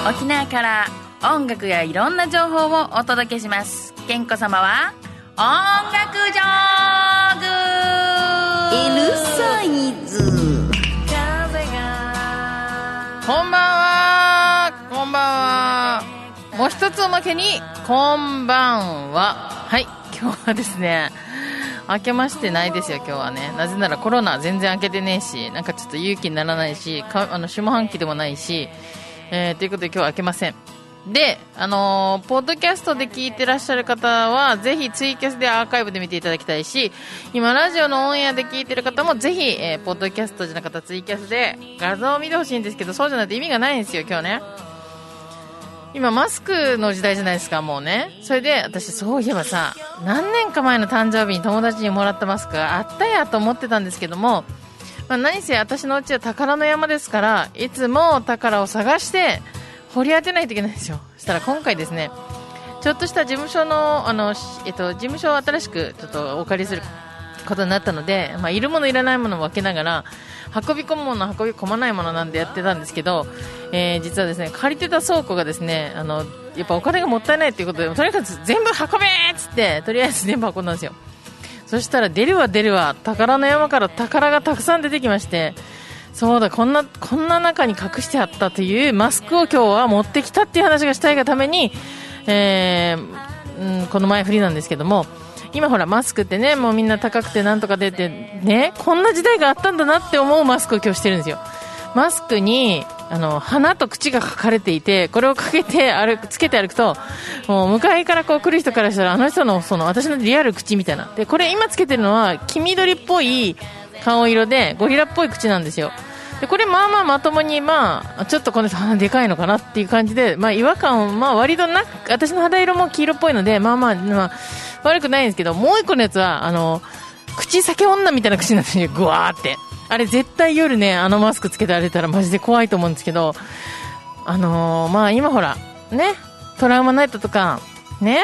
沖縄から音楽やいろんな情報をお届けします。健子様は音楽ジョーグ L サイズ。 こんばんは、こんばんは。もう一つおまけにこんばんは。はい、今日はですね、明けましてないですよ今日はね。なぜならコロナ全然明けてねえし、なんかちょっと勇気にならないし、下半期でもないし、ということで今日は明けません。で、ポッドキャストで聞いてらっしゃる方はぜひツイキャスでアーカイブで見ていただきたいし、今ラジオのオンエアで聞いてる方もぜひ、ポッドキャストじゃなかったらツイキャスで画像を見てほしいんですけど、そうじゃないと意味がないんですよ今日ね。今マスクの時代じゃないですか、もうね。それで私そういえばさ、何年か前の誕生日に友達にもらったマスクがあったやと思ってたんですけども、何せ私のうちは宝の山ですから、いつも宝を探して掘り当てないといけないんですよ。そしたら今回ですね、ちょっとした事務所の事務所を新しくちょっとお借りすることになったので、いるものいらないものを分けながら、運び込むもの運び込まないものなんでやってたんですけど、実はですね、借りてた倉庫がですね、やっぱお金がもったいないということで、とにかく全部運べーっつってとりあえず全部運んだんですよ。そしたら出るわ宝の山から宝がたくさん出てきまして、そうだ、こんな中に隠してあったというマスクを今日は持ってきたっていう話がしたいがために、この前振りなんですけども、今ほらマスクってね、もうみんな高くてなんとか出てね、こんな時代があったんだなって思うマスクを今日してるんですよ。マスクに鼻と口が書かれていて、これをかけてつけて歩くと、もう向かいからこう来る人からしたら、あの人の私のリアル口みたいな。で、これ今つけてるのは黄緑っぽい顔色でゴリラっぽい口なんですよ。で、これまともにちょっとこの人鼻でかいのかなっていう感じで、違和感割となく、私の肌色も黄色っぽいので悪くないんですけど、もう一個のやつは口裂け女みたいな口になってる、ぐわーって。あれ絶対夜ね、マスクつけて歩いたらマジで怖いと思うんですけど、今ほらね、トラウマナイトとかね、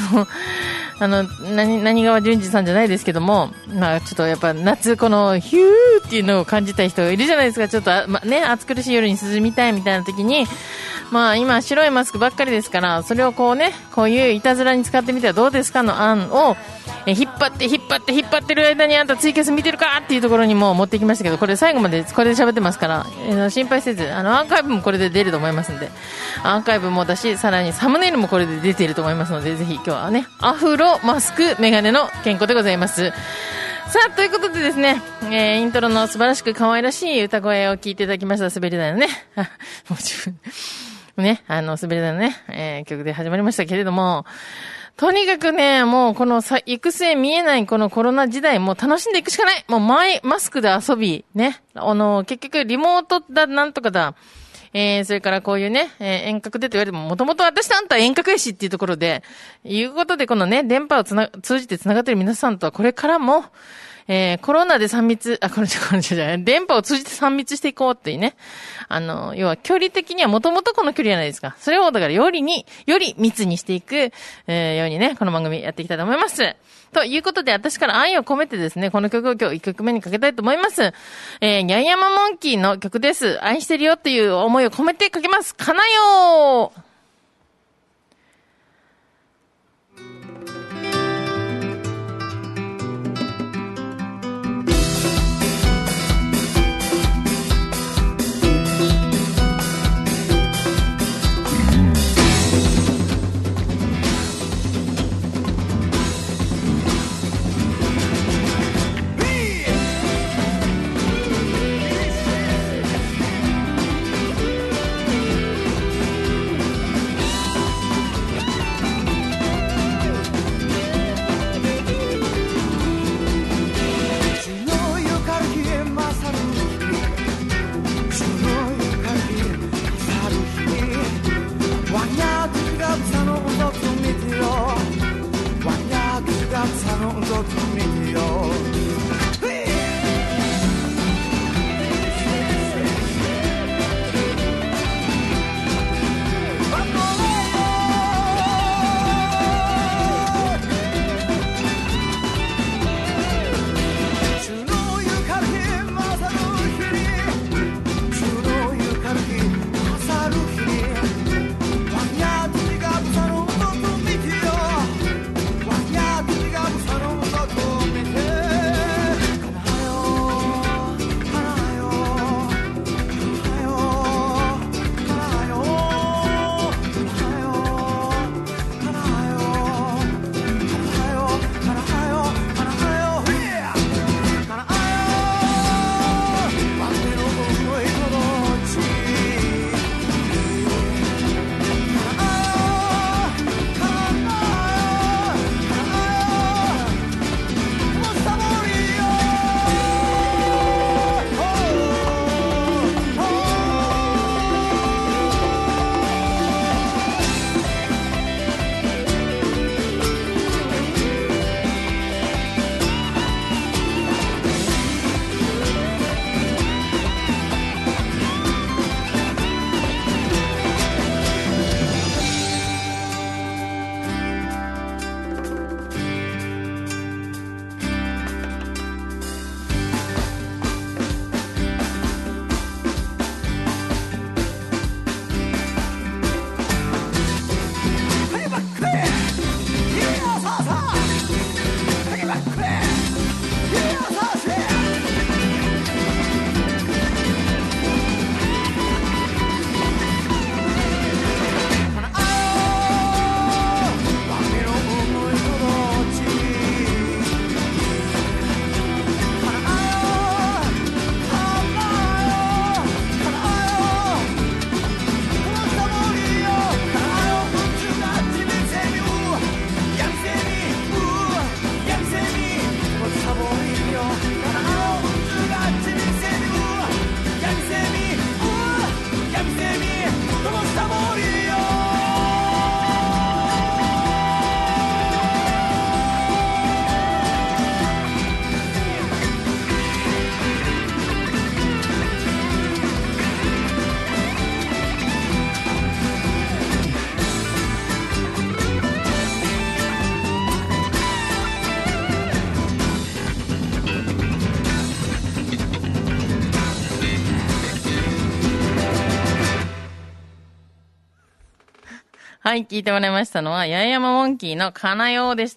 何川淳二さんじゃないですけども、ちょっとやっぱ夏このヒューっていうのを感じたい人いるじゃないですか。ちょっと暑苦しい夜に涼みたいみたいな時に、今白いマスクばっかりですから、それをこういういたずらに使ってみてはどうですかの案を引っ張ってる間に、あんたツイキャス見てるかっていうところにも持ってきましたけど、これ最後までこれで喋ってますから、心配せず、アーカイブもこれで出ると思いますんで、アーカイブもだし、さらにサムネイルもこれで出ていると思いますので、ぜひ今日はね、アフロマスクメガネの健康でございます。さあ、ということでですね、イントロの素晴らしく可愛らしい歌声を聞いていただきました。滑り台のねもう自分ね、滑り台のね、曲で始まりましたけれども、とにかくね、もうこの行く末見えないこのコロナ時代、もう楽しんでいくしかない。もうマスクで遊び、ね。結局リモートだ、なんとかだ。それからこういうね、遠隔でと言われても、もともと私とあんたは遠隔やしっていうところで、いうことでこのね、電波を通じて繋がっている皆さんとはこれからも、コロナで電波を通じて3密していこうっていうね。要は距離的にはもともとこの距離じゃないですか。それをだからより密にしていく、ようにね、この番組やっていきたいと思います。ということで、私から愛を込めてですね、この曲を今日1曲目にかけたいと思います。ニャンヤマモンキーの曲です。愛してるよっていう思いを込めてかけます。かなよー。 はい、聞いてもらいましたのは、八重山モンキーのかなようでした。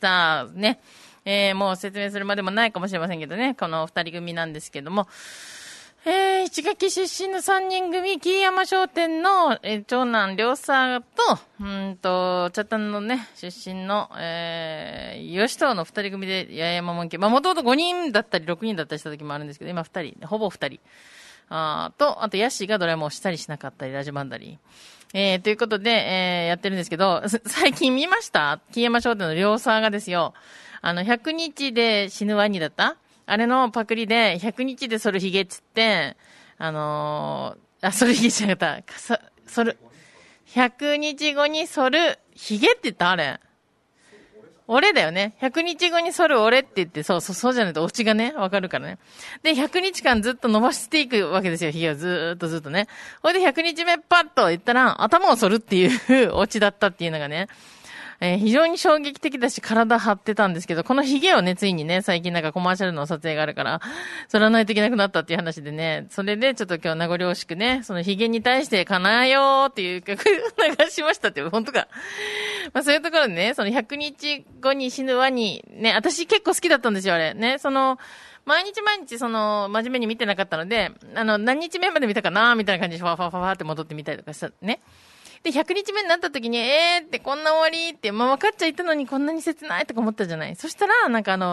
ね。もう説明するまでもないかもしれませんけどね、この二人組なんですけども、市垣出身の三人組、木山商店の、長男、両沢と、茶谷のね、出身の、吉藤の二人組で、八重山モンキー。まあ、もともと5人だったり6人だったりした時もあるんですけど、今2人、ほぼ2人。あと、ヤッシーがドラえもんをしたりしなかったり、ラジバンダリー。ということで、やってるんですけど、最近見ました木山商店の両沢がですよ、100日で死ぬワニだったあれのパクリで、100日で剃るヒゲっつって、剃るヒゲじゃなかった。剃る。100日後に剃るヒゲって言ったあれ。俺だよね。100日後に剃る俺って言って、そうじゃないとオチがね、わかるからね。で、100日間ずっと伸ばしていくわけですよ、ヒゲをずっとね。ほいで100日目パッと言ったら、頭を剃るっていうオチだったっていうのがね。非常に衝撃的だし体張ってたんですけど、このヒゲをね、ついにね、最近なんかコマーシャルの撮影があるから、剃らないといけなくなったっていう話でね、それでちょっと今日名残惜しくね、そのヒゲに対してかなよーっていう曲流しましたっていう、本当か。まあそういうところでね、その100日後に死ぬワニ、ね、私結構好きだったんですよ、あれ。ね、毎日真面目に見てなかったので、何日目まで見たかなみたいな感じでファーって戻ってみたりとかした、ね。で、100日目になった時に、ってこんな終わりって、まあ、分かっちゃいたのにこんなに切ないとか思ったじゃない。そしたら、なんか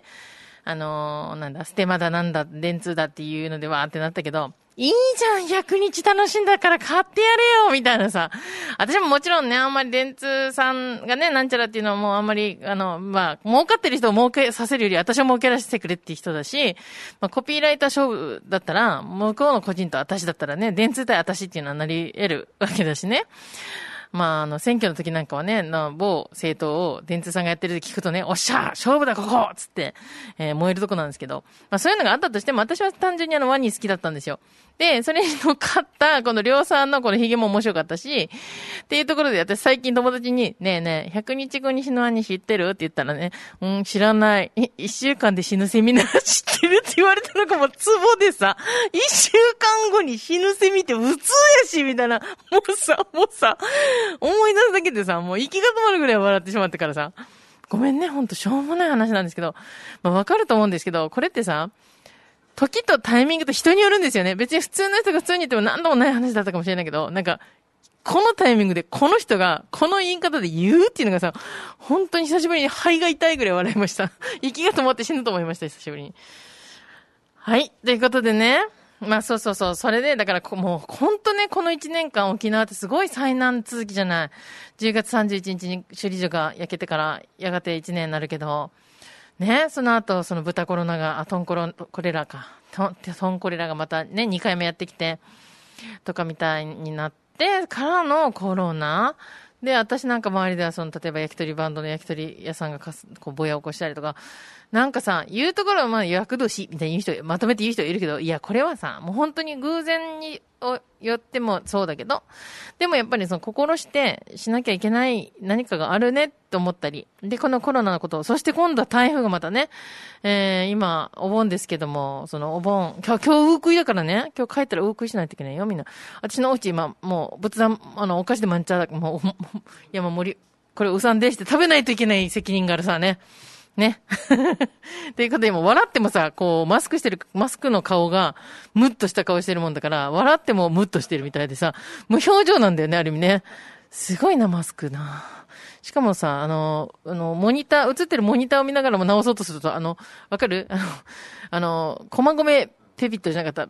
ステマだなんだ、電通だっていうのでわーってなったけど、いいじゃん !100 日楽しんだから買ってやれよみたいなさ。私ももちろんね、あんまり電通さんがね、なんちゃらっていうのはもうあんまり、儲かってる人を儲けさせるより私を儲けらせてくれっていう人だし、まあ、コピーライター勝負だったら、向こうの個人と私だったらね、電通対私っていうのはなり得るわけだしね。まあ、選挙の時なんかはね、某政党を電通さんがやってるって聞くとね、おっしゃ勝負だここつって、燃えるとこなんですけど、まあそういうのがあったとしても、私は単純にワニ好きだったんですよ。で、それに乗っかった、この両さんのこのヒゲも面白かったし、っていうところで私最近友達に、ねえねえ、100日後に死ぬワニ知ってるって言ったらね、知らない。1週間で死ぬセミナー知ってるって言われたのがもうツボでさ、1週間後に死ぬセミって普通やし、みたいな。もうさ、思い出すだけでさ、もう息が止まるぐらい笑ってしまってからさ、ごめんね、ほんとしょうもない話なんですけど、まあわかると思うんですけど、これってさ、時とタイミングと人によるんですよね。別に普通の人が普通に言っても何度もない話だったかもしれないけど、なんか、このタイミングでこの人がこの言い方で言うっていうのがさ、本当に久しぶりに肺が痛いぐらい笑いました。息が止まって死ぬと思いました、久しぶりに。はい。ということでね。まあそう。それで、だからもう本当ね、この1年間沖縄ってすごい災難続きじゃない。10月31日に首里城が焼けてからやがて1年になるけど、ね、その後、その豚コロナが、トンコレラがまたね、2回目やってきて、とかみたいになってからのコロナで、私なんか周りでは例えば焼き鳥バンドの焼き鳥屋さんがぼや起こしたりとか、なんかさ、言うところはまあ厄年みたいに言う人、まとめて言う人いるけど、いや、これはさ、もう本当に偶然によってもそうだけど、でもやっぱり心してしなきゃいけない何かがあるねって思ったり、で、このコロナのことを、そして今度は台風がまたね、今、お盆ですけども、お盆、今日ウークイだからね、今日帰ったらウークイしないといけないよ、みんな。私のお家今、もう、仏壇、お菓子で満茶だ、もう、いやもうこれうさんでして食べないといけない責任があるさね。ね。ということで、もう笑ってもさ、マスクの顔が、ムッとした顔してるもんだから、笑ってもムッとしてるみたいでさ、無表情なんだよね、ある意味ね。すごいな、マスクな。しかもさ、映ってるモニターを見ながらも直そうとすると、わかる駒込ペビットじゃなかった、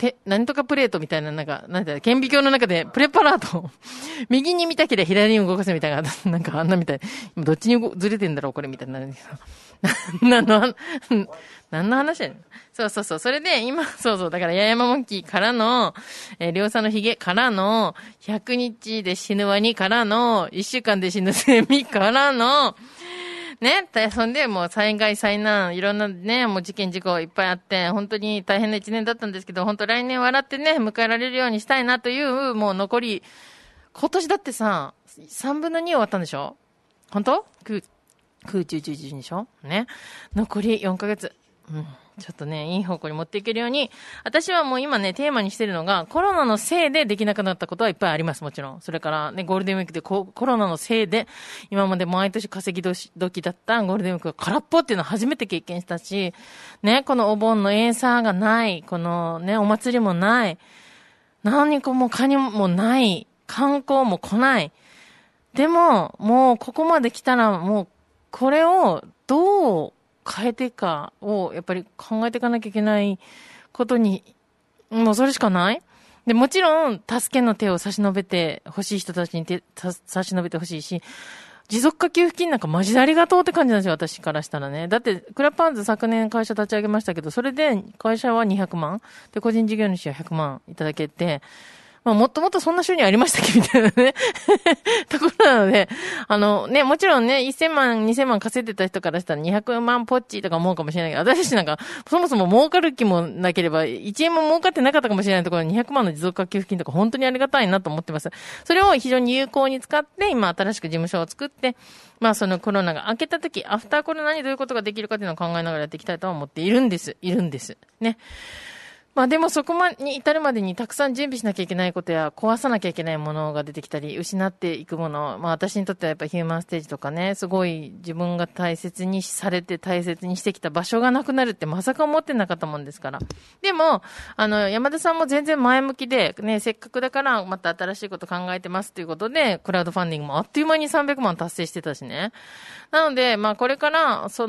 何とかプレートみたいな、なんだ、顕微鏡の中で、プレパラート右に見たければ左に動かすみたいな、なんかあんなみたい。どっちにずれてんだろう、これみたいな。何の話やねん。そう。それで、今、だから、八重山モンキーからの、両さんのヒゲからの、100日で死ぬワニからの、1週間で死ぬセミからの、ね、そんで、もう災害災難、いろんなね、もう事件事故いっぱいあって、本当に大変な一年だったんですけど、本当来年笑ってね、迎えられるようにしたいなという、もう残り、今年だってさ、3分の2終わったんでしょ？本当？空中でしょ？ね。残り4ヶ月。 ちょっとね、いい方向に持っていけるように、私はもう今ね、テーマにしてるのが、コロナのせいでできなくなったことはいっぱいあります、もちろん。それからね、ゴールデンウィークでコロナのせいで、今まで毎年稼ぎ時だったゴールデンウィークが空っぽっていうのを初めて経験したし、ね、このお盆のエイサーがない、このね、お祭りもない、何個もカニもない、観光も来ない。でも、もうここまで来たら、もうこれをどう変えていくかをやっぱり考えていかなきゃいけないことに、もうそれしかない。で、もちろん助けの手を差し伸べてほしい人たちに差し伸べてほしいし、持続化給付金なんかマジでありがとうって感じなんですよ、私からしたらね。だって、クラパンズ昨年会社立ち上げましたけど、それで会社は200万で、個人事業主は100万いただけて、まあ、もっともっとそんな収入ありましたっけみたいなね。ところなので、ね、もちろんね、1000万、2000万稼いでた人からしたら200万ポッチとか思うかもしれないけど、私たちなんか、そもそも儲かる気もなければ、1円も儲かってなかったかもしれないところに200万の持続化給付金とか本当にありがたいなと思ってます。それを非常に有効に使って、今新しく事務所を作って、まあそのコロナが明けた時、アフターコロナにどういうことができるかっていうのを考えながらやっていきたいとは思っているんです。ね。まあでもそこに至るまでにたくさん準備しなきゃいけないことや壊さなきゃいけないものが出てきたり、失っていくもの、まあ私にとってはやっぱりヒューマンステージとかね、すごい自分が大切にされて大切にしてきた場所がなくなるってまさか思ってなかったもんですから。でも、山田さんも全然前向きで、ね、せっかくだからまた新しいこと考えてますということで、クラウドファンディングもあっという間に300万達成してたしね。なので、まあこれから、細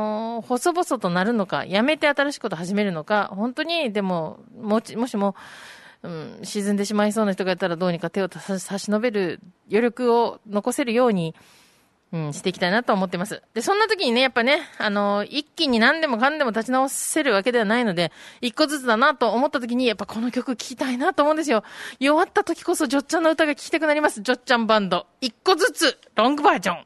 々となるのか、やめて新しいこと始めるのか、本当に、でも、もしも、沈んでしまいそうな人がいたらどうにか手を差し伸べる余力を残せるように、していきたいなと思ってます。で、そんな時にね、やっぱね、一気に何でもかんでも立ち直せるわけではないので、一個ずつだなと思った時に、やっぱこの曲聴きたいなと思うんですよ。弱った時こそジョッちゃんの歌が聴きたくなります。ジョッちゃんバンド。一個ずつ、ロングバージョン。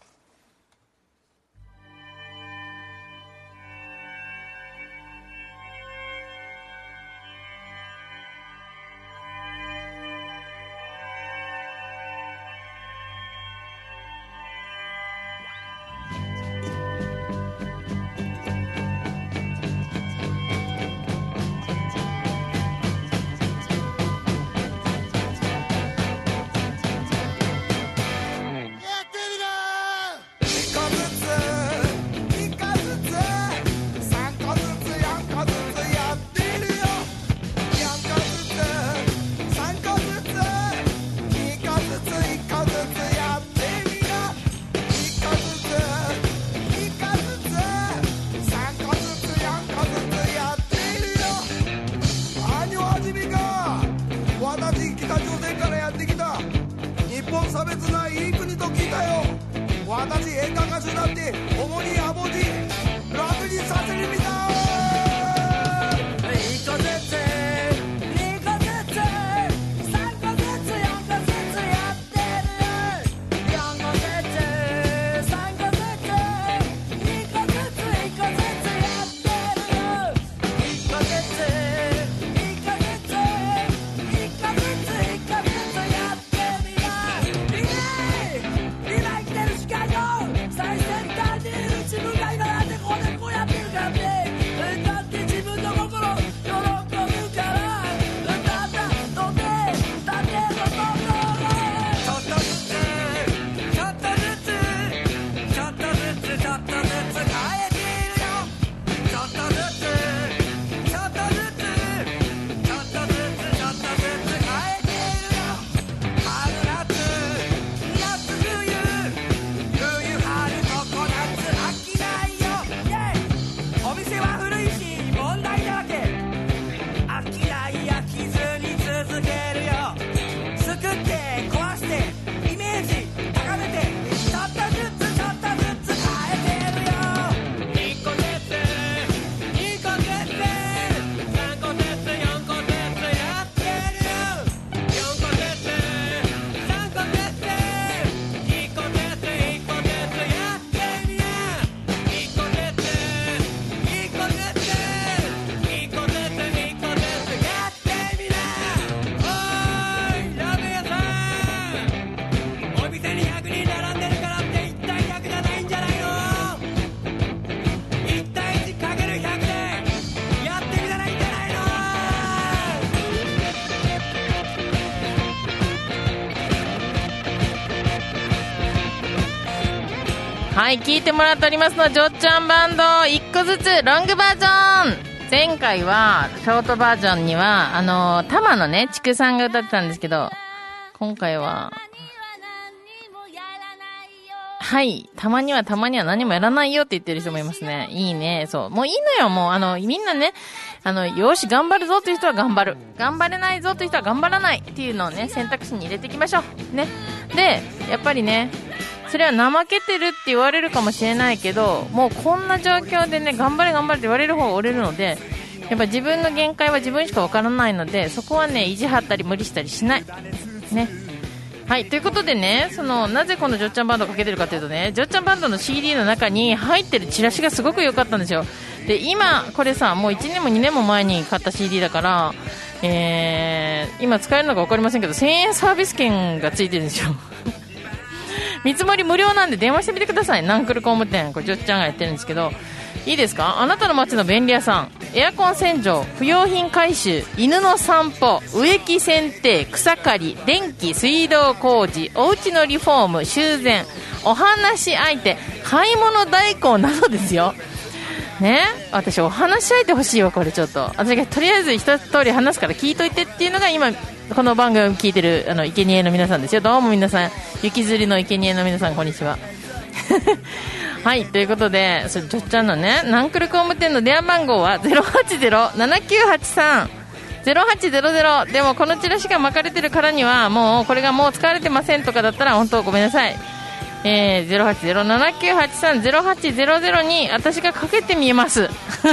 差別ないい国と聞いたよ。私演歌歌手だって主にアボジ楽にさせるみたい。一個ずつ二個ずつ三個ずつ四個ずつやってる。四個ずつ三個ずつ二個ずつ一個ずつやってる。一個ずつ一個ずつ一個ずつ一個ずつやってみな。今生きてる時間よ。最先端に打ち向かいのやつはい、聞いてもらっておりますのはジョッちゃんバンド1個ずつロングバージョン。前回はショートバージョンにはタマのね畜さんが歌ってたんですけど、今回ははい、たまには何もやらないよって言ってる人もいますね。いいね。そう、もういいのよ。もうみんなね、よし頑張るぞという人は頑張る、頑張れないぞという人は頑張らないっていうのをね選択肢に入れていきましょうね。でやっぱりね、それは怠けてるって言われるかもしれないけど、もうこんな状況でね頑張れって言われる方が折れるので、やっぱ自分の限界は自分しかわからないので、そこはね意地張ったり無理したりしないね。はい、ということでね、なぜこのジョッちゃんバンドをかけてるかというとね、ジョッちゃんバンドの CD の中に入ってるチラシがすごく良かったんですよ。で今これさ、もう1年も2年も前に買った CD だから、今使えるのか分かりませんけど1000円サービス券がついてるんですよ見積もり無料なんで電話してみてください。ナンクル工務店、これジョッちゃんがやってるんですけど、いいですか。あなたの街の便利屋さん、エアコン洗浄、不用品回収、犬の散歩、植木剪定、草刈り、電気水道工事、お家のリフォーム、修繕、お話相手、買い物代行などですよね。私お話し相手欲しいわ。これちょっと私がとりあえず一通り話すから聞いといてっていうのが今この番組を聞いてる生贄の皆さんですよ。どうも皆さん、雪吊りの生贄の皆さん、こんにちははい、ということで、ジョッちゃんのねナンクル工務店の電話番号は 080-7983-0800。 でもこのチラシが巻かれてるからにはもうこれがもう使われてませんとかだったら本当ごめんなさい。080-7983-0800 に私がかけてみます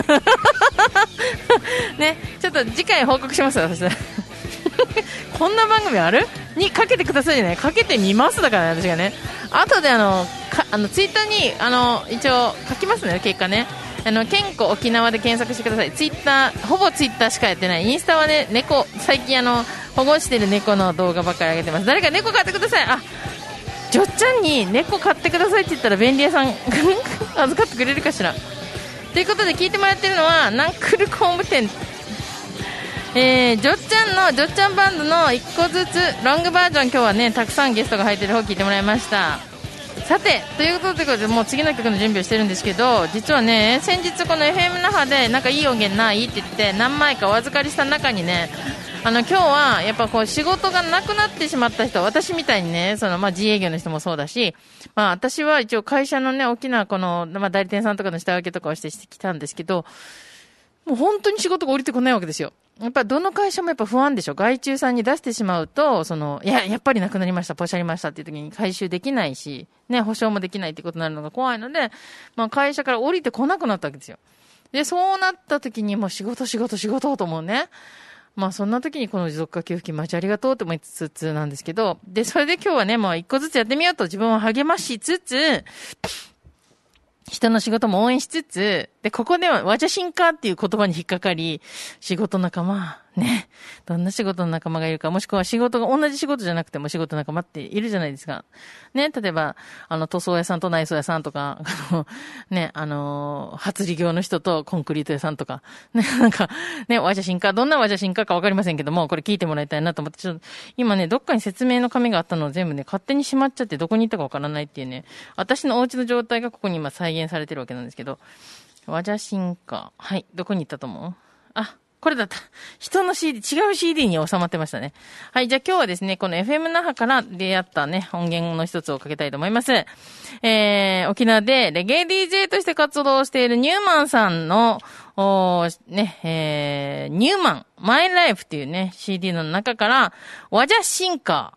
ね、ちょっと次回報告します私こんな番組あるにかけてくださいじゃない、かけてみますだからね。私がね後でツイッターに一応書きますね、結果ね。健康沖縄で検索してください。ツイッターほぼツイッターしかやってない。インスタはね猫、最近保護してる猫の動画ばっかり上げてます。誰か猫買ってください。ジョッちゃんに猫買ってくださいって言ったら便利屋さん預かってくれるかしら。ということで聞いてもらってるのはナンクル工務店、ジョッちゃんバンドの1個ずつロングバージョン、今日はねたくさんゲストが入ってる方聞いてもらいました。さてということでもう次の曲の準備をしてるんですけど、実はね先日この FM 那覇でなんかいい音源ないって言って何枚かお預かりした中にね、今日はやっぱこう仕事がなくなってしまった人、私みたいにね自営業の人もそうだし、私は一応会社のね大きな代理店さんとかの下請けとかをしてきたんですけど、もう本当に仕事が降りてこないわけですよ。やっぱどの会社もやっぱ不安でしょ。外注さんに出してしまうとやっぱりなくなりました、ポシャりましたっていう時に回収できないしね、保証もできないってことになるのが怖いので、会社から降りてこなくなったわけですよ。でそうなった時にもう仕事と思うね。そんな時にこの持続化給付金マジありがとうって思いつつなんですけど、でそれで今日はね一個ずつやってみようと自分を励ましつつ、人の仕事も応援しつつ、で、ここでは、わじゃしんかっていう言葉に引っかかり、仕事仲間、ね。どんな仕事の仲間がいるか、もしくは仕事が同じ仕事じゃなくても仕事仲間っているじゃないですか。ね。例えば、塗装屋さんと内装屋さんとか、ね、発理業の人とコンクリート屋さんとか、ね、わじゃしんか、どんなわじゃしんかかわかりませんけども、これ聞いてもらいたいなと思って、ちょっと、今ね、どっかに説明の紙があったのを全部ね、勝手にしまっちゃってどこに行ったかわからないっていうね、私のお家の状態がここに今再現されてるわけなんですけど、わじゃしんか。はい。どこに行ったと思う？これだった。人の CD、違う CD に収まってましたね。はい。じゃあ今日はですね、この FM 那覇から出会ったね、音源の一つをかけたいと思います。沖縄でレゲエ DJ として活動しているニューマンさんの、ニューマン、マイライフっていうね、CD の中から、わじゃしんか。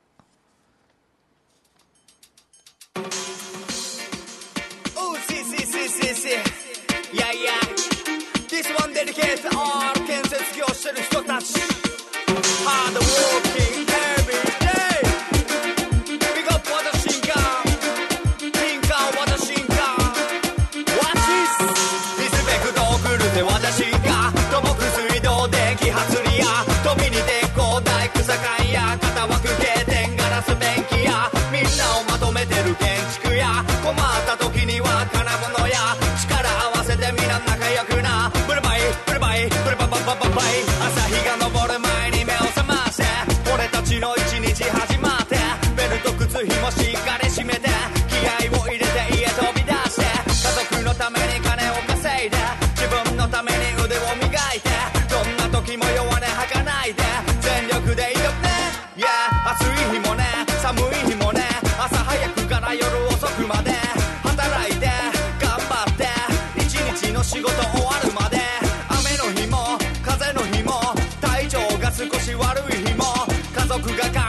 This one dedicated to all 建設業してる人たち Hard working every day Big up わたしんか金貨わたしんか What is リスペクト送るぜわたしんか土木水道電気発理や富に鉄鋼大工左官や片枠経典ガラス便器やみんなをまとめてる建築や困った時には金物や力合わせてみんな仲良くなブルバイブルバイブルバババババイ朝日が昇る前に目を覚ませ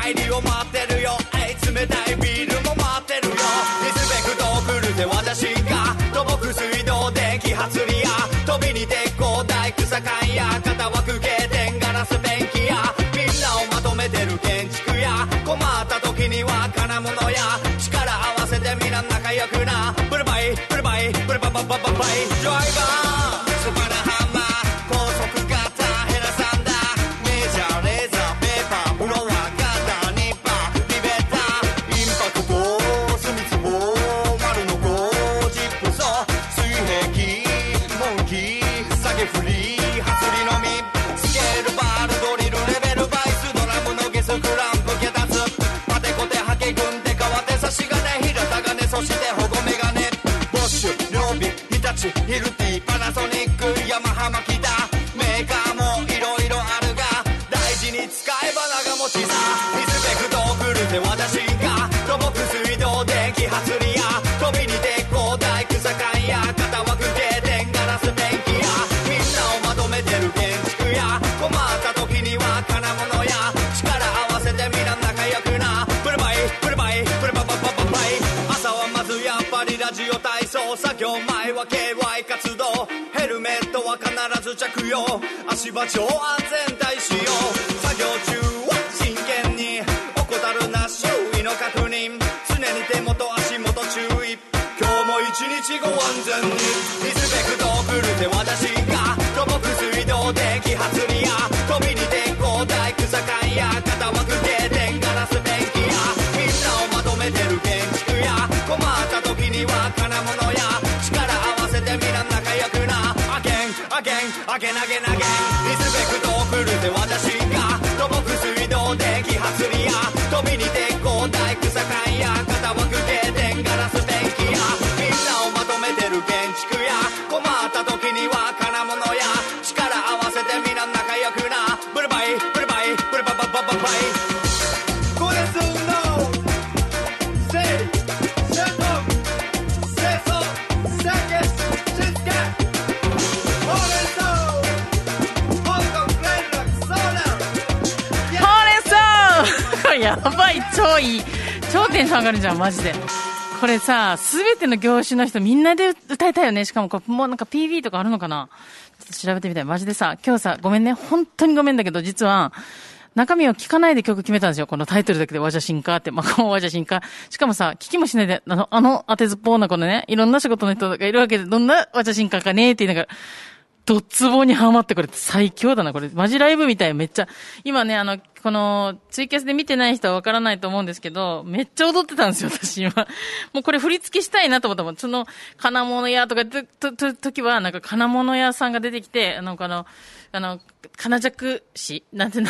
帰りを待ってるよ、冷たいビールも待ってるよ。リスペクト送るぜ私が、土木水道電気発理や、飛びに鉄鋼大工左官や、片枠系電ガラス便器や、みんなをまとめてる建築や、困った時には金物や、力合わせてみんな仲良くな、ブルバイブルバイブルバババババイ、ドライバースパナハンマー高速型ヘラサンダー、メジャーレーザーペーパーブロワーガターニッパーリベーター、インパクトスミツボ丸のゴジップソ水平モンキー下げ振り発りのみ、スケールバールドリルレベルバイスドラムのゲスクランプ脚立パテコテハケ軍手川手差し金平田金そして保護メガネ、ボッシュ両備日立ヒルティパナソニックヤマハマキダ、メーカーもいろいろあるが大事に使えば長持ちさ。リスペクト送るぜ私が、土木水道電気発理や、飛びに鉄鋼大工左官や、片枠系電ガラス便器や、みんなをまとめてる建築や、困った時には金物や、力合わせてみんな仲良くな、ブルバイブルバイブルバババババイ、朝はまずやっぱりラジオ体操、作業前は KY 活動、ヘルメットは必ず着用、足場超安全帯使用、作業中は真剣に怠るな周囲の確認、常に手元足元注意、今日も一日ご安全に。リスペクト送るぜ私が、土木水道電気発理や、飛びに鉄鋼大工左官や、片枠系電ガラス便器や、みんなをまとめてる建築や、困った時には金物や、力合わせてみんな仲良くな、アゲンアゲンアゲンアゲンアゲン、リスペクト送るぜ私が、土木水道電気発理や、飛びに鉄鋼大工左官や、片枠系電ガラス便器や、みんなをまとめてる建築や、困った時には金物や、力合わせてみんな仲良くな、ブルバイブルバイブルバババババイ、これすんのせいシェト清掃清潔静かほうれん草香港連絡相談、 ほうれん草これやばい、超いい、超テンション上がるじゃんマジで。これさ、すべての業種の人みんなで歌いたいよね。しかもこれもうなんか PV とかあるのかな、ちょっと調べてみたいマジでさ。今日さ、ごめんね、本当にごめんだけど、実は中身を聞かないで曲決めたんですよ。このタイトルだけでワジャシンカーって。まあ、このワジャシンカー。しかもさ、聞きもしないで、当てずっぽうなこのね、いろんな仕事の人がいるわけで、どんなワジャシンカーかねーって言いながら、ドツボにハマってこれ最強だな、これ。マジライブみたい、めっちゃ。今ね、この、ツイキャスで見てない人はわからないと思うんですけど、めっちゃ踊ってたんですよ、私今。もうこれ振り付けしたいなと思ったもん。その、金物屋とか時は、なんか金物屋さんが出てきて、金尺師なんていう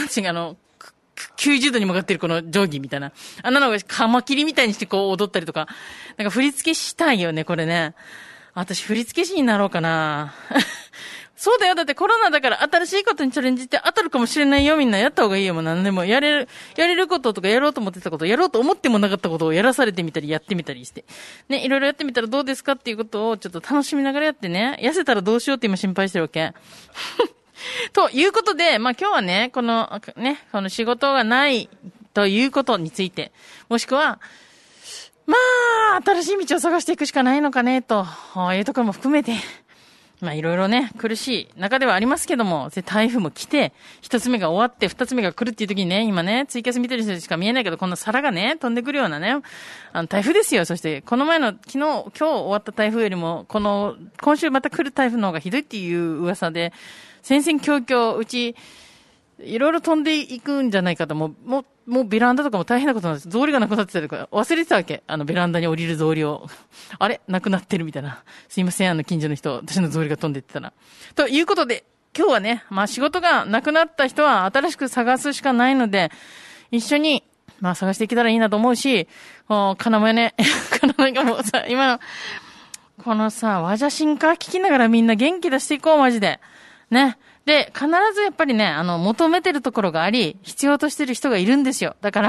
90度に向かってるこの定規みたいな。あんなのがカマキリみたいにしてこう踊ったりとか。なんか振り付けしたいよね、これね。私振り付け師になろうかな。そうだよ。だってコロナだから新しいことにチャレンジって当たるかもしれないよ。みんなやった方がいいよ。もう何でもやれることとかやろうと思ってたこと、やろうと思ってもなかったことをやらされてみたりやってみたりして。ね、いろいろやってみたらどうですかっていうことをちょっと楽しみながらやってね。痩せたらどうしようって今心配してるわけ。ということで、まあ今日はね、この仕事がないということについて、もしくは、まあ、新しい道を探していくしかないのかね、というところも含めて、まあいろいろね、苦しい中ではありますけども、台風も来て、一つ目が終わって、二つ目が来るっていう時にね、今ね、ツイキャス見てる人しか見えないけど、こんな皿がね、飛んでくるようなね、台風ですよ。そして、この前の、今日終わった台風よりも、今週また来る台風の方がひどいっていう噂で、戦々恐々、うち、いろいろ飛んでいくんじゃないかと、もうベランダとかも大変なことなんです。草履がなくなってたりとか、忘れてたわけ。ベランダに降りる草履を。あれなくなってるみたいな。すいません、近所の人、私の草履が飛んでいってたら。ということで、今日はね、まあ仕事がなくなった人は新しく探すしかないので、一緒に、まあ探していけたらいいなと思うし、金もね、金がもうさ、今の、このさ、ワジャシンカー聞きながらみんな元気出していこう、マジで。ね。で、必ずやっぱりね、求めてるところがあり、必要としてる人がいるんですよ。だから、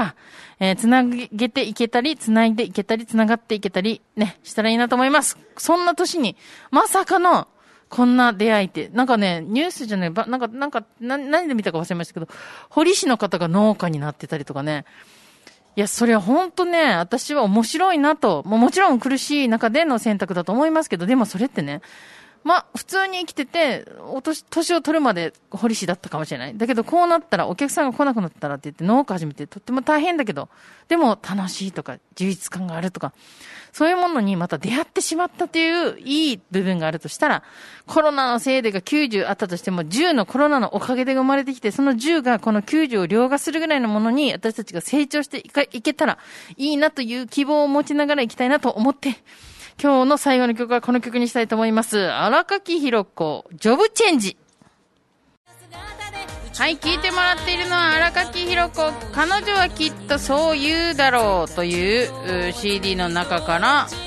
つなげていけたり、つないでいけたり、つながっていけたり、ね、したらいいなと思います。そんな年に、まさかの、こんな出会いって、なんかね、ニュースじゃない、何で見たか忘れましたけど、堀市の方が農家になってたりとかね、 いや、それは本当ね、私は面白いなと。もちろん苦しい中での選択だと思いますけど、でもそれってね、普通に生きてて、年を取るまで堀市だったかもしれない。だけど、こうなったら、お客さんが来なくなったらって言って農家始めて、とっても大変だけど、でも楽しいとか、充実感があるとか、そういうものにまた出会ってしまったといういい部分があるとしたら、コロナのせいでが90あったとしても、10のコロナのおかげで生まれてきて、その10がこの90を凌駕するぐらいのものに、私たちが成長していけたらいいなという希望を持ちながらいきたいなと思って、今日の最後の曲はこの曲にしたいと思います。荒垣ひろ子、ジョブチェンジ。はい、聴いてもらっているのは荒垣ひろ子、彼女はきっとそう言うだろうという CD の中から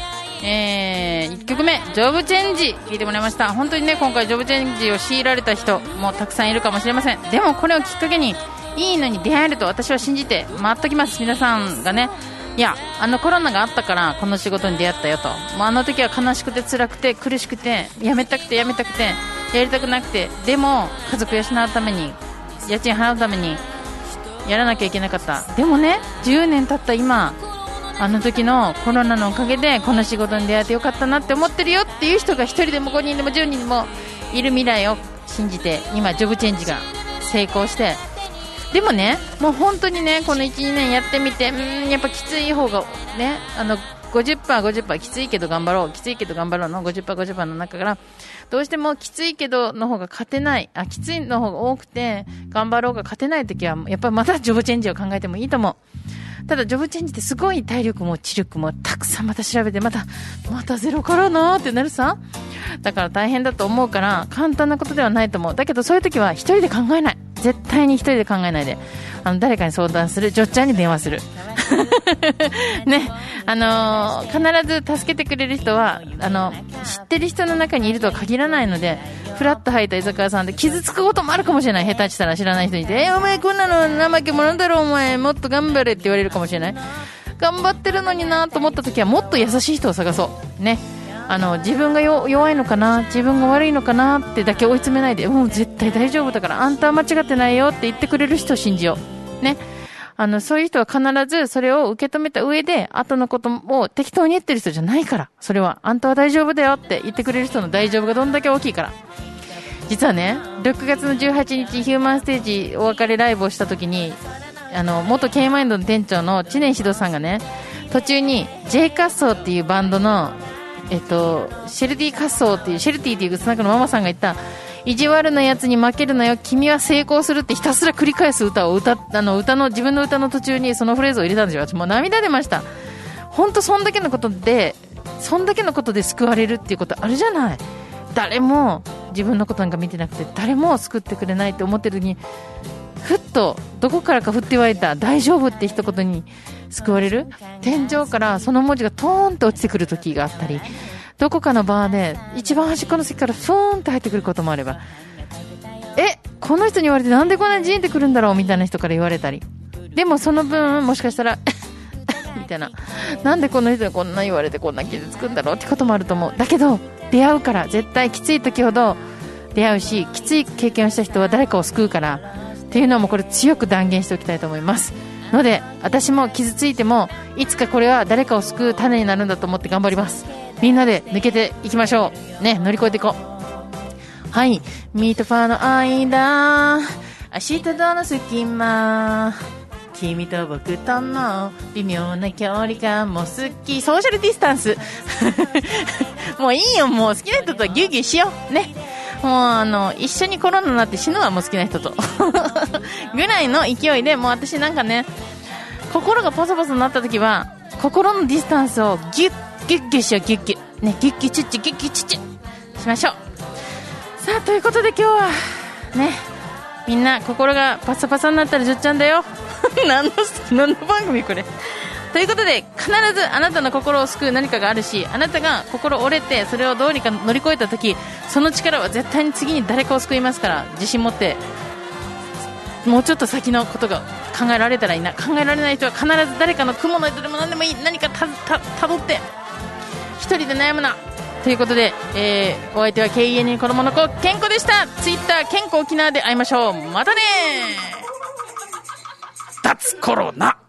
、1曲目、ジョブチェンジ、聴いてもらいました。本当にね、今回ジョブチェンジを強いられた人もたくさんいるかもしれません。でもこれをきっかけに、いいのに出会えると私は信じて待っときます。皆さんがね、いや、コロナがあったからこの仕事に出会ったよと。あの時は悲しくて辛くて苦しくて、やめたくてやりたくなくて、でも家族養うために、家賃払うためにやらなきゃいけなかった。でもね、10年経った今、あの時のコロナのおかげでこの仕事に出会えてよかったなって思ってるよっていう人が1人でも5人でも10人でもいる未来を信じて、今ジョブチェンジが成功して、でもね、もう本当にね、この 1,2 年やってみて、やっぱきつい方がね、50% きついけど頑張ろうの 50% の中から、どうしてもきついけどの方が勝てない、きついの方が多くて頑張ろうが勝てないときは、やっぱりまたジョブチェンジを考えてもいいと思う。ただジョブチェンジってすごい体力も知力もたくさんまた調べて、またゼロからなーってなるさ。だから大変だと思うから、簡単なことではないと思う。だけどそういう時は一人で考えない。絶対に一人で考えないで、誰かに相談する、ジョッちゃんに電話するね、必ず助けてくれる人は知ってる人の中にいるとは限らないので、フラッと入った居酒屋さんで傷つくこともあるかもしれない。下手したら知らない人にいて、お前こんなの怠け者だろ、お前もっと頑張れって言われるかもしれない。頑張ってるのになと思った時は、もっと優しい人を探そうね。自分が弱いのかな、自分が悪いのかなってだけ追い詰めないで、もう絶対大丈夫だから、あんたは間違ってないよって言ってくれる人を信じようね。そういう人は必ずそれを受け止めた上で、後のことを適当に言ってる人じゃないから、それはあんたは大丈夫だよって言ってくれる人の大丈夫がどんだけ大きいから。実はね、6月の18日ヒューマンステージお別れライブをした時に、元 K マインドの店長の知念指導さんがね、途中に J カッソーっていうバンドのシェルティカッソーっていう、シェルティっていうスナックのママさんが言った、意地悪なやつに負けるなよ、君は成功するってひたすら繰り返す歌を自分の歌の途中にそのフレーズを入れたんですよ。私もう涙出ました。本当そんだけのことで救われるっていうことあるじゃない。誰も自分のことなんか見てなくて、誰も救ってくれないって思ってる時に、ふっとどこからか降って湧いた大丈夫って一言に救われる。天井からその文字がトーンと落ちてくる時があったり、どこかのバーで一番端っこの席からフーンと入ってくることもあれば、この人に言われてなんでこんなにジーンってくるんだろうみたいな人から言われたり、でもその分もしかしたらみたいな、なんでこの人にこんな言われてこんな傷つくんだろうってこともあると思う。だけど出会うから、絶対きつい時ほど出会うし、きつい経験をした人は誰かを救うからっていうのは、もうこれ強く断言しておきたいと思いますので、私も傷ついてもいつかこれは誰かを救う種になるんだと思って頑張ります。みんなで抜けていきましょうね。乗り越えていこう。はい、ミートファーの間、明日との隙間、君と僕との微妙な距離感も好き、ソーシャルディスタンスもういいよ、もう好きな人とギュウギュウしようね。もう一緒にコロナになって死ぬわ、もう好きな人とぐらいの勢いで、もう私なんかね、心がポソポソになった時は心のディスタンスをギュッギュッギュッしよう、ギュッギュッね、ギュッギュッチュッチュギュッギュッチュッチュしましょう。さあ、ということで今日はね、みんな心がパサパサになったらじゅっちゃんだよ何の番組これということで、必ずあなたの心を救う何かがあるし、あなたが心折れてそれをどうにか乗り越えた時、その力は絶対に次に誰かを救いますから、自信持ってもうちょっと先のことが考えられたらいいな。考えられない人は必ず誰かの雲の糸でも何でもいい、何かたどって一人で悩むなということで、お相手は KEN 子供の子健康でした。ツイッター健康沖縄で会いましょう。またね。脱コロナ。